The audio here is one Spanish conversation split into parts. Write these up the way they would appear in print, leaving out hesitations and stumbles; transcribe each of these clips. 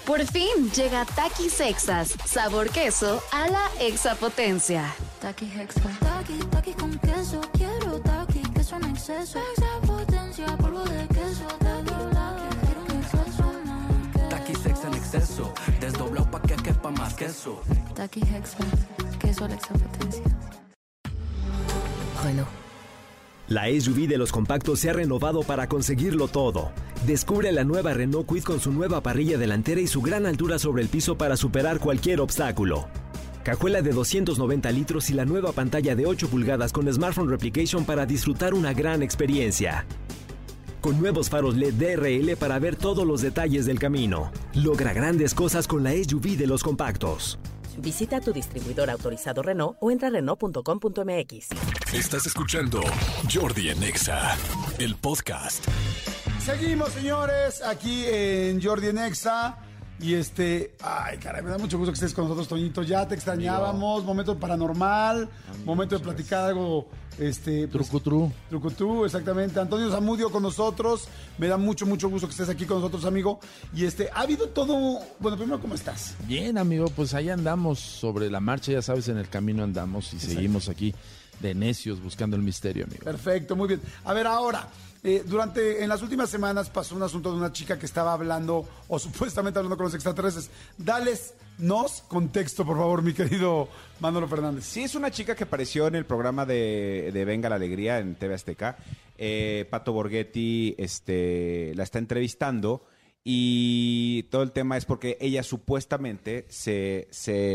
Por fin llega Takis Exas, sabor queso a la exapotencia. Takis Hexa. Takis con queso, quiero Takis, queso en exceso. Exapotencia, polvo de queso, quiero un exceso más. Takis Hexa en exceso, desdoblado pa' que quepa más queso. Takis Hexa, queso a la exapotencia. Renault. La SUV de los compactos se ha renovado para conseguirlo todo. Descubre la nueva Renault Kwid con su nueva parrilla delantera y su gran altura sobre el piso para superar cualquier obstáculo. Cajuela de 290 litros y la nueva pantalla de 8 pulgadas con Smartphone Replication para disfrutar una gran experiencia. Con nuevos faros LED DRL para ver todos los detalles del camino. Logra grandes cosas con la SUV de los compactos. Visita tu distribuidor autorizado Renault o entra a Renault.com.mx. Estás escuchando Jordi en Exa, el podcast. Seguimos, señores, aquí en Jordi en Exa. Y ay, caray, me da mucho gusto que estés con nosotros, Toñito. Ya te extrañábamos, momento paranormal, momento de platicar algo, trucutru, exactamente. Antonio Zamudio con nosotros, me da mucho gusto que estés aquí con nosotros, amigo. Y ha habido todo, bueno, primero, ¿cómo estás? Bien, amigo, pues ahí andamos sobre la marcha, ya sabes, en el camino andamos y seguimos aquí de necios buscando el misterio, amigo. Perfecto, muy bien. A ver, ahora... en las últimas semanas pasó un asunto de una chica que estaba hablando, o supuestamente hablando con los extraterrestres. Nos contexto, por favor, mi querido Manolo Fernández. Sí, es una chica que apareció en el programa de Venga la Alegría en TV Azteca. Pato Borghetti la está entrevistando y todo el tema es porque ella supuestamente se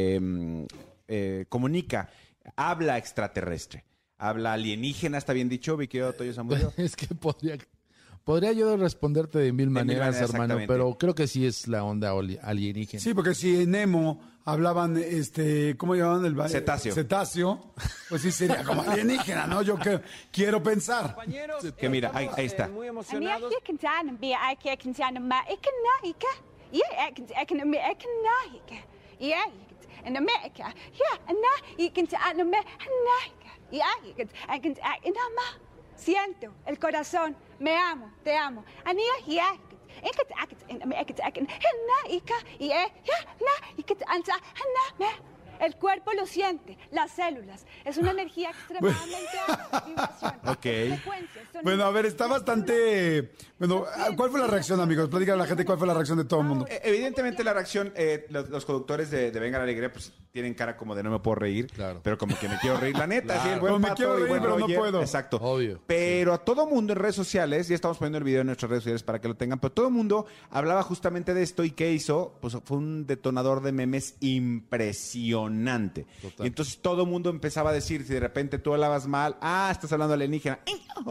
comunica, habla extraterrestre. Habla alienígena, ¿está bien dicho, mi querido Toyo Zamudio? Es que podría yo responderte de mil maneras, hermano, pero creo que sí es la onda alienígena. Sí, porque si en Nemo hablaban, ¿cómo llamaban el baile? Cetáceo, pues sí sería como alienígena, ¿no? Yo quiero pensar. Compañeros, que mira, ahí está. Muy emocionados. Siento el corazón, me amo, te amo. El cuerpo lo siente, las células. Es una energía extremadamente alta, vibraciones, frecuencias. Bueno, a ver, está bastante... Bueno, ¿cuál fue la reacción, amigos? Platícale a la gente cuál fue la reacción de todo el mundo. Evidentemente la reacción, los conductores de Venga la Alegría, pues tienen cara como de no me puedo reír, claro. Pero como que me quiero reír, la neta. Claro. Sí, el buen me quiero reír, pero no puedo. Exacto. Obvio. Pero a todo mundo en redes sociales, ya estamos poniendo el video en nuestras redes sociales para que lo tengan, pero todo el mundo hablaba justamente de esto y ¿qué hizo? Pues fue un detonador de memes impresionante. Total. Y entonces todo el mundo empezaba a decir, si de repente tú hablabas mal, estás hablando alienígena,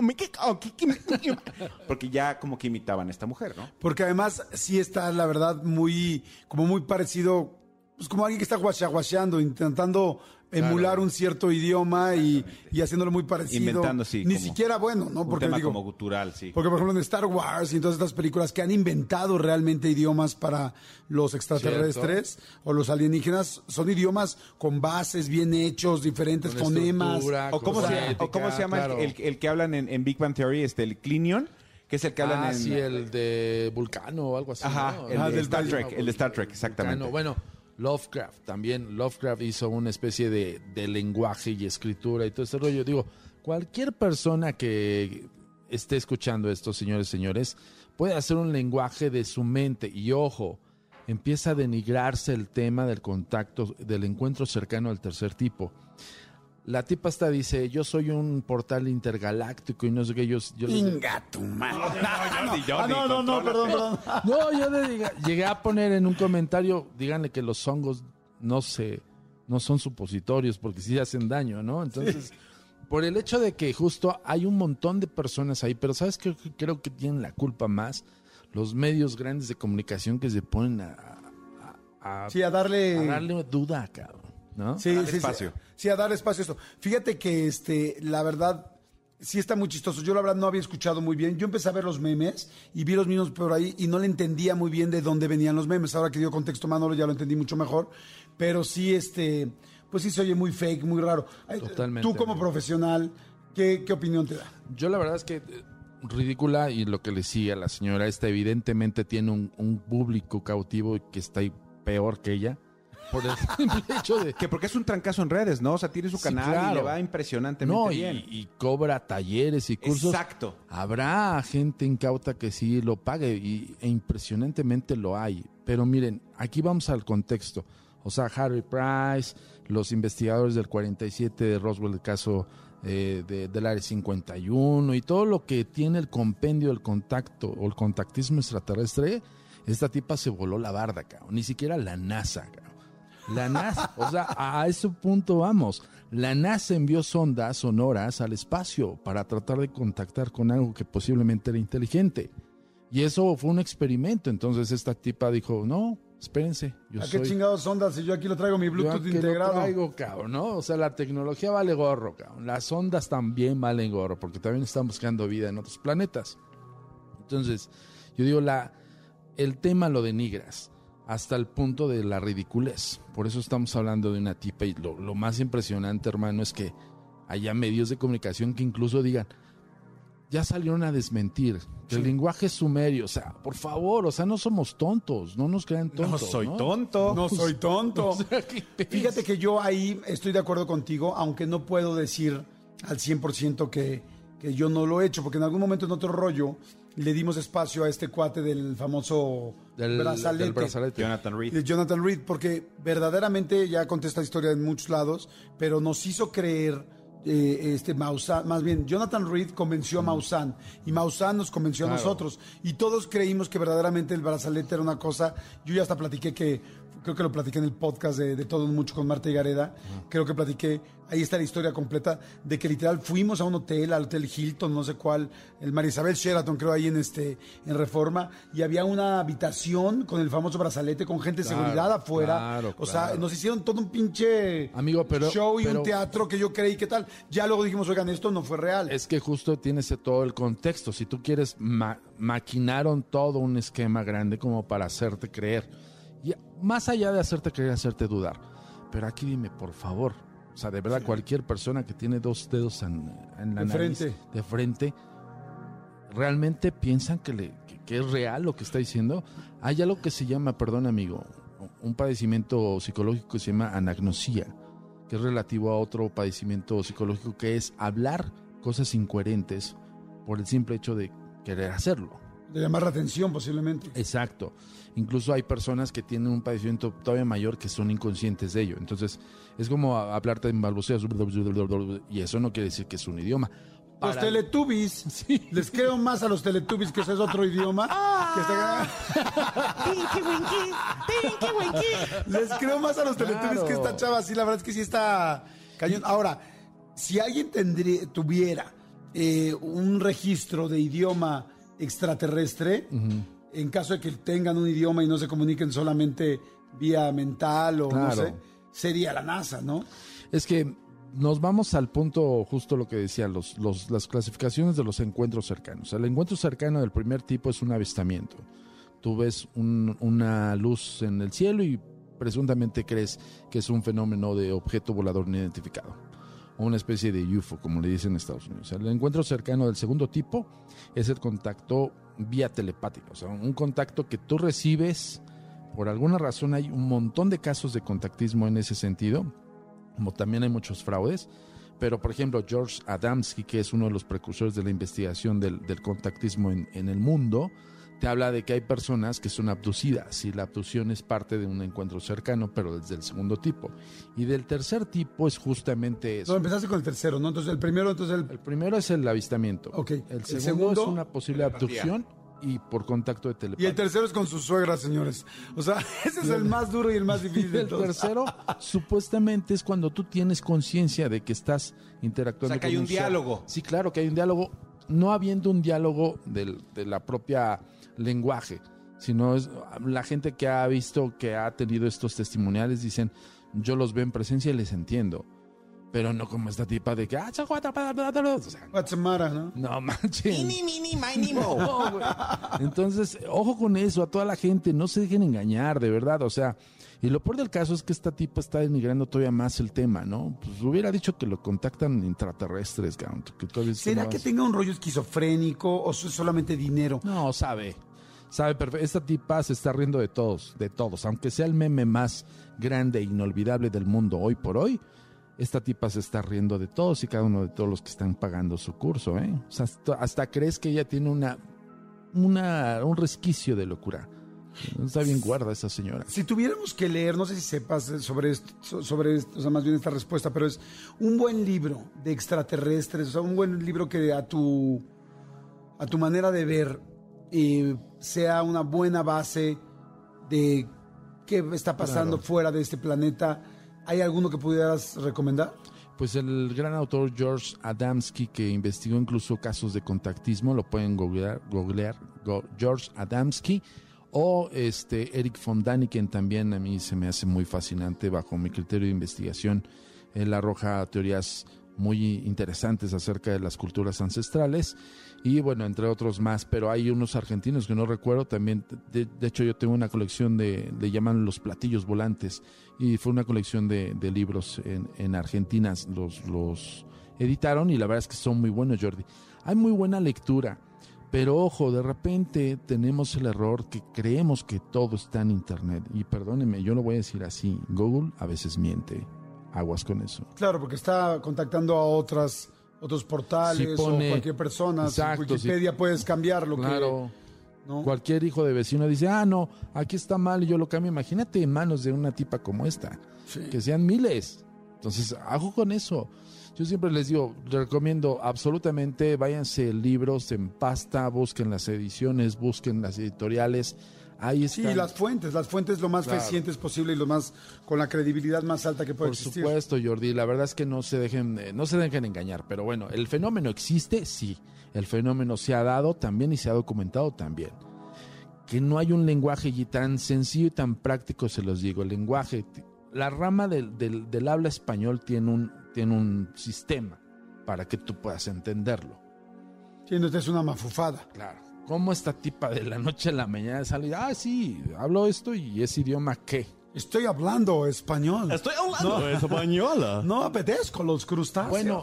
porque ya como que imitaban a esta mujer, ¿no? Porque además sí está, la verdad, muy parecido, pues como alguien que está guachaguacheando, intentando emular un cierto idioma y haciéndolo muy parecido. Inventando, sí. Ni siquiera bueno, ¿no? Porque tema como gutural, sí. Porque, por ejemplo, en Star Wars y en todas estas películas que han inventado realmente idiomas para los extraterrestres o los alienígenas, son idiomas con bases bien hechos, diferentes con fonemas. O cómo se llama claro. el que hablan en Big Bang Theory, el Klingonian, que es el que hablan en... sí, el de Vulcano o algo así. Ajá, ¿no? el de Star Trek, el de Star Trek, exactamente. Vulcano. Bueno, Lovecraft también. Lovecraft hizo una especie de lenguaje y escritura y todo ese rollo. Digo, cualquier persona que esté escuchando esto, señores, puede hacer un lenguaje de su mente. Y ojo, empieza a denigrarse el tema del contacto, del encuentro cercano al tercer tipo. La tipa esta dice, yo soy un portal intergaláctico y no sé qué, ¡Inga tu madre! No, perdón. No, yo llegué a poner en un comentario, díganle que los hongos no son supositorios porque sí hacen daño, ¿no? Entonces, por el hecho de que justo hay un montón de personas ahí, pero ¿sabes qué? Creo que tienen la culpa más los medios grandes de comunicación que se ponen a darle duda, cabrón. ¿No? Sí, a dar espacio a esto. Fíjate que la verdad sí está muy chistoso. Yo la verdad no había escuchado muy bien. Yo empecé a ver los memes y vi los mismos por ahí y no le entendía muy bien de dónde venían los memes. Ahora que dio contexto Manolo ya lo entendí mucho mejor. Pero sí, pues sí se oye muy fake, muy raro. Totalmente. Tú como profesional, ¿qué opinión te da? Yo la verdad es que ridícula, y lo que le sigue a la señora esta evidentemente tiene un público cautivo que está ahí peor que ella por el simple hecho de que porque es un trancazo en redes, ¿no? O sea, tiene su canal y le va impresionantemente bien. Y cobra talleres y cursos. Exacto. Habrá gente incauta que sí lo pague e impresionantemente lo hay. Pero miren, aquí vamos al contexto. O sea, Harry Price, los investigadores del 47 de Roswell, el caso del Área 51 y todo lo que tiene el compendio del contacto o el contactismo extraterrestre, esta tipa se voló la barda, cabrón. Ni siquiera la NASA, cabrón. La NASA, o sea, a ese punto vamos. La NASA envió sondas sonoras al espacio para tratar de contactar con algo que posiblemente era inteligente. Y eso fue un experimento. Entonces esta tipa dijo, no, espérense. ¿Qué chingados ondas si yo aquí lo traigo mi Bluetooth integrado? Lo traigo, cabrón, ¿no? O sea, la tecnología vale gorro, cabrón. Las ondas también valen gorro, porque también están buscando vida en otros planetas. Entonces, yo digo, el tema lo denigras hasta el punto de la ridiculez. Por eso estamos hablando de una tipa, y lo más impresionante, hermano, es que haya medios de comunicación que incluso digan, ya salieron a desmentir que el lenguaje es sumerio. O sea, por favor, o sea, no somos tontos, no nos crean tontos. No soy tonto. No soy tonto. O sea, fíjate que yo ahí estoy de acuerdo contigo, aunque no puedo decir al 100% que yo no lo he hecho, porque en algún momento en otro rollo le dimos espacio a este cuate del famoso brazalete. Del brazalete. De Jonathan Reed, porque verdaderamente ya conté esta historia en muchos lados, pero nos hizo creer Maussan, más bien Jonathan Reed convenció a Maussan y Maussan nos convenció a nosotros, y todos creímos que verdaderamente el brazalete era una cosa. Yo ya hasta platiqué creo que lo platiqué en el podcast de Todo Mucho con Marta y Gareda. Creo que platiqué, ahí está la historia completa, de que literal fuimos a un hotel, al Hotel Hilton, no sé cuál, el María Isabel Sheraton, creo, ahí en Reforma, y había una habitación con el famoso brazalete, con gente de seguridad afuera. O sea, nos hicieron todo un pinche show y un teatro que yo creí que tal. Ya luego dijimos, oigan, esto no fue real. Es que justo tienes todo el contexto. Si tú quieres, maquinaron todo un esquema grande como para hacerte creer. Y más allá de hacerte creer, hacerte dudar. Pero aquí dime, por favor, o sea, de verdad, cualquier persona que tiene dos dedos en la nariz, de frente, ¿realmente piensan que es real lo que está diciendo? Hay algo que se llama, perdón amigo, un padecimiento psicológico que se llama anagnosia, que es relativo a otro padecimiento psicológico, que es hablar cosas incoherentes por el simple hecho de querer hacerlo. De llamar la atención, posiblemente. Exacto. Incluso hay personas que tienen un padecimiento todavía mayor que son inconscientes de ello. Entonces, es como hablarte en balbuceos, y eso no quiere decir que es un idioma. Los Teletubbies, sí. Les creo más a los Teletubbies, que ese es otro idioma. Tinky Winky. Les creo más a los Teletubbies que esta chava. Sí, la verdad es que sí está cañón. Ahora, si alguien tuviera un registro de idioma extraterrestre, en caso de que tengan un idioma y no se comuniquen solamente vía mental o no sé, sería la NASA, ¿no? Es que nos vamos al punto justo lo que decía, las clasificaciones de los encuentros cercanos. El encuentro cercano del primer tipo es un avistamiento. Tú ves una luz en el cielo y presuntamente crees que es un fenómeno de objeto volador no identificado, o una especie de UFO, como le dicen en Estados Unidos. El encuentro cercano del segundo tipo es el contacto vía telepática, o sea, un contacto que tú recibes. Por alguna razón hay un montón de casos de contactismo en ese sentido, como también hay muchos fraudes, pero por ejemplo George Adamski, que es uno de los precursores de la investigación del contactismo en el mundo, te habla de que hay personas que son abducidas, y la abducción es parte de un encuentro cercano, pero desde el segundo tipo. Y del tercer tipo es justamente eso. No, empezaste con el tercero, ¿no? Entonces el primero, El primero es el avistamiento. Okay. El segundo es una posible abducción y por contacto de telepatía. Y el tercero es con su suegra, señores. O sea, ese es el más duro y el más difícil de todos. El tercero, supuestamente, es cuando tú tienes conciencia de que estás interactuando con o sea, que hay un diálogo. Sí, claro, que hay un diálogo. No habiendo un diálogo de la propia lenguaje, sino es la gente que ha visto, que ha tenido estos testimoniales, dicen, yo los veo en presencia y les entiendo. pero no como esta tipa de que... O sea, What's the matter, ¿no? no manches. No, güey. Entonces, ojo con eso, a toda la gente, no se dejen engañar, de verdad, o sea... Y lo peor del caso es que esta tipa está denigrando todavía más el tema, ¿no? Pues hubiera dicho que lo contactan intraterrestres, cabrón. ¿Será que tenga un rollo esquizofrénico o es solamente dinero? No, sabe perfecto. Esta tipa se está riendo de todos, aunque sea el meme más grande e inolvidable del mundo hoy por hoy. Esta tipa se está riendo de todos y cada uno de todos los que están pagando su curso, ¿eh? O sea, hasta crees que ella tiene un resquicio de locura. Está bien guarda esa señora. Si tuviéramos que leer, no sé si sepas sobre esto, o sea, más bien esta respuesta, pero es un buen libro de extraterrestres, o sea, un buen libro que a tu manera de ver sea una buena base de qué está pasando fuera de este planeta. ¿Hay alguno que pudieras recomendar? Pues el gran autor George Adamski, que investigó incluso casos de contactismo, lo pueden googlear George Adamski. O Eric von Daniken también a mí se me hace muy fascinante bajo mi criterio de investigación. Él arroja teorías muy interesantes acerca de las culturas ancestrales y bueno, entre otros más, pero hay unos argentinos que no recuerdo también. De hecho yo tengo una colección le llaman los platillos volantes y fue una colección de libros en Argentina, los editaron y la verdad es que son muy buenos, Jordi. Hay muy buena lectura. Pero ojo, de repente tenemos el error que creemos que todo está en internet. Y perdónenme, yo lo voy a decir así, Google a veces miente. Aguas con eso. Claro, porque está contactando a otros portales o cualquier persona. Exacto, en Wikipedia puedes cambiar lo claro, que... ¿no? Cualquier hijo de vecino dice, no, aquí está mal y yo lo cambio. Imagínate en manos de una tipa como esta, que sean miles. Entonces, hago con eso. Yo siempre les digo, les recomiendo absolutamente, váyanse libros en pasta, busquen las ediciones, busquen las editoriales, ahí están. Sí, las fuentes lo más recientes posible y lo más, con la credibilidad más alta que puede existir. Por supuesto, Jordi, la verdad es que no se dejen engañar, pero bueno, el fenómeno existe, sí, el fenómeno se ha dado también y se ha documentado también. Que no hay un lenguaje tan sencillo y tan práctico, se los digo, el lenguaje, la rama del habla español tiene un sistema para que tú puedas entenderlo. Sí, entonces es una mafufada. Claro. ¿Cómo esta tipa de la noche a la mañana sale? Sí, hablo esto y ese idioma ¿qué? Estoy hablando español. Estoy hablando española. No apetezco los crustáceos. Bueno,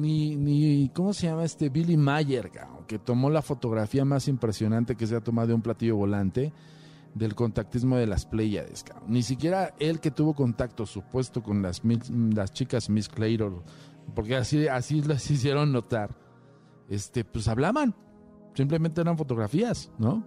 ni ¿cómo se llama Billy Mayer, que tomó la fotografía más impresionante que se ha tomado de un platillo volante del contactismo de las Pléyades, ni siquiera él que tuvo contacto supuesto con las chicas Miss Claytor, porque así las hicieron notar, pues hablaban, simplemente eran fotografías, ¿no?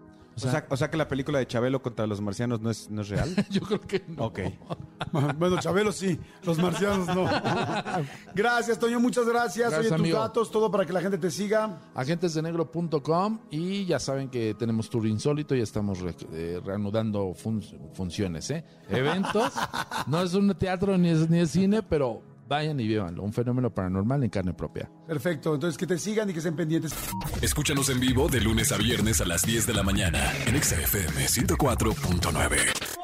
O sea que la película de Chabelo contra los marcianos no es real. Yo creo que no. Ok. Bueno, Chabelo sí, los marcianos no. Gracias, Toño, muchas gracias. Oye, tus datos, todo para que la gente te siga. Agentesdenegro.com y ya saben que tenemos tour insólito, ya estamos reanudando funciones, eventos. No es un teatro ni es cine, pero vayan y vívanlo, un fenómeno paranormal en carne propia. Perfecto, entonces que te sigan y que estén pendientes. Escúchanos en vivo de lunes a viernes a las 10 de la mañana en XFM 104.9.